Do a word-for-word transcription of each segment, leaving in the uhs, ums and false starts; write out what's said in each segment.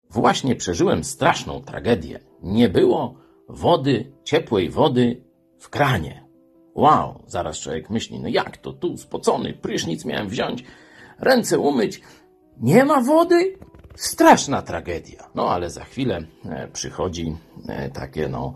Właśnie przeżyłem straszną tragedię. Nie było wody, ciepłej wody w kranie. Wow, zaraz człowiek myśli, no jak to tu spocony, prysznic miałem wziąć, ręce umyć, nie ma wody? Straszna tragedia. No ale za chwilę przychodzi takie no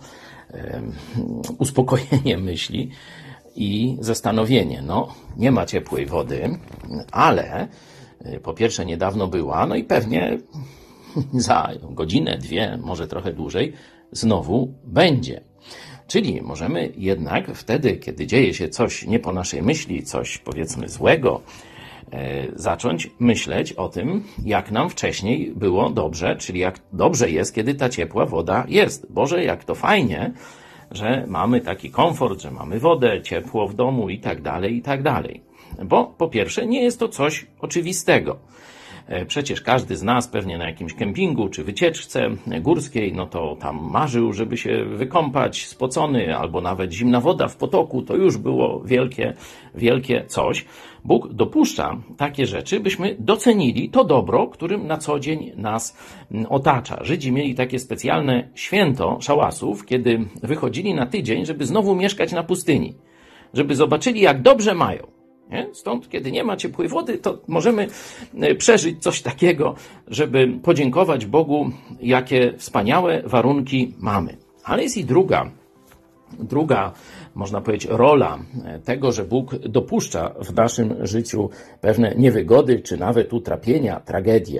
uspokojenie myśli i zastanowienie. No, nie ma ciepłej wody, ale po pierwsze niedawno była, no i pewnie za godzinę, dwie, może trochę dłużej, znowu będzie. Czyli możemy jednak wtedy, kiedy dzieje się coś nie po naszej myśli, coś powiedzmy złego, zacząć myśleć o tym, jak nam wcześniej było dobrze, czyli jak dobrze jest, kiedy ta ciepła woda jest. Boże, jak to fajnie, że mamy taki komfort, że mamy wodę, ciepło w domu i tak dalej, i tak dalej. Bo po pierwsze nie jest to coś oczywistego. Przecież każdy z nas pewnie na jakimś kempingu czy wycieczce górskiej, no to tam marzył, żeby się wykąpać spocony, albo nawet zimna woda w potoku, to już było wielkie, wielkie coś. Bóg dopuszcza takie rzeczy, byśmy docenili to dobro, którym na co dzień nas otacza. Żydzi mieli takie specjalne święto szałasów, kiedy wychodzili na tydzień, żeby znowu mieszkać na pustyni, żeby zobaczyli, jak dobrze mają. Nie? Stąd, kiedy nie ma ciepłej wody, to możemy przeżyć coś takiego, żeby podziękować Bogu, jakie wspaniałe warunki mamy. Ale jest i druga, druga, można powiedzieć, rola tego, że Bóg dopuszcza w naszym życiu pewne niewygody, czy nawet utrapienia, tragedie.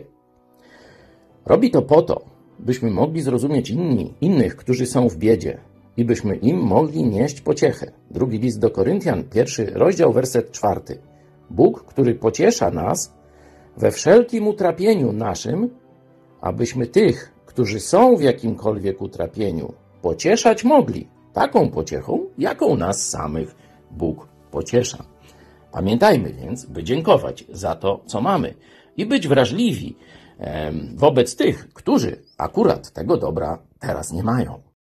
Robi to po to, byśmy mogli zrozumieć inni, innych, którzy są w biedzie, i byśmy im mogli nieść pociechę. Drugi list do Koryntian, pierwszy rozdział, werset czwarty. Bóg, który pociesza nas we wszelkim utrapieniu naszym, abyśmy tych, którzy są w jakimkolwiek utrapieniu, pocieszać mogli taką pociechą, jaką nas samych Bóg pociesza. Pamiętajmy więc, by dziękować za to, co mamy i być wrażliwi wobec tych, którzy akurat tego dobra teraz nie mają.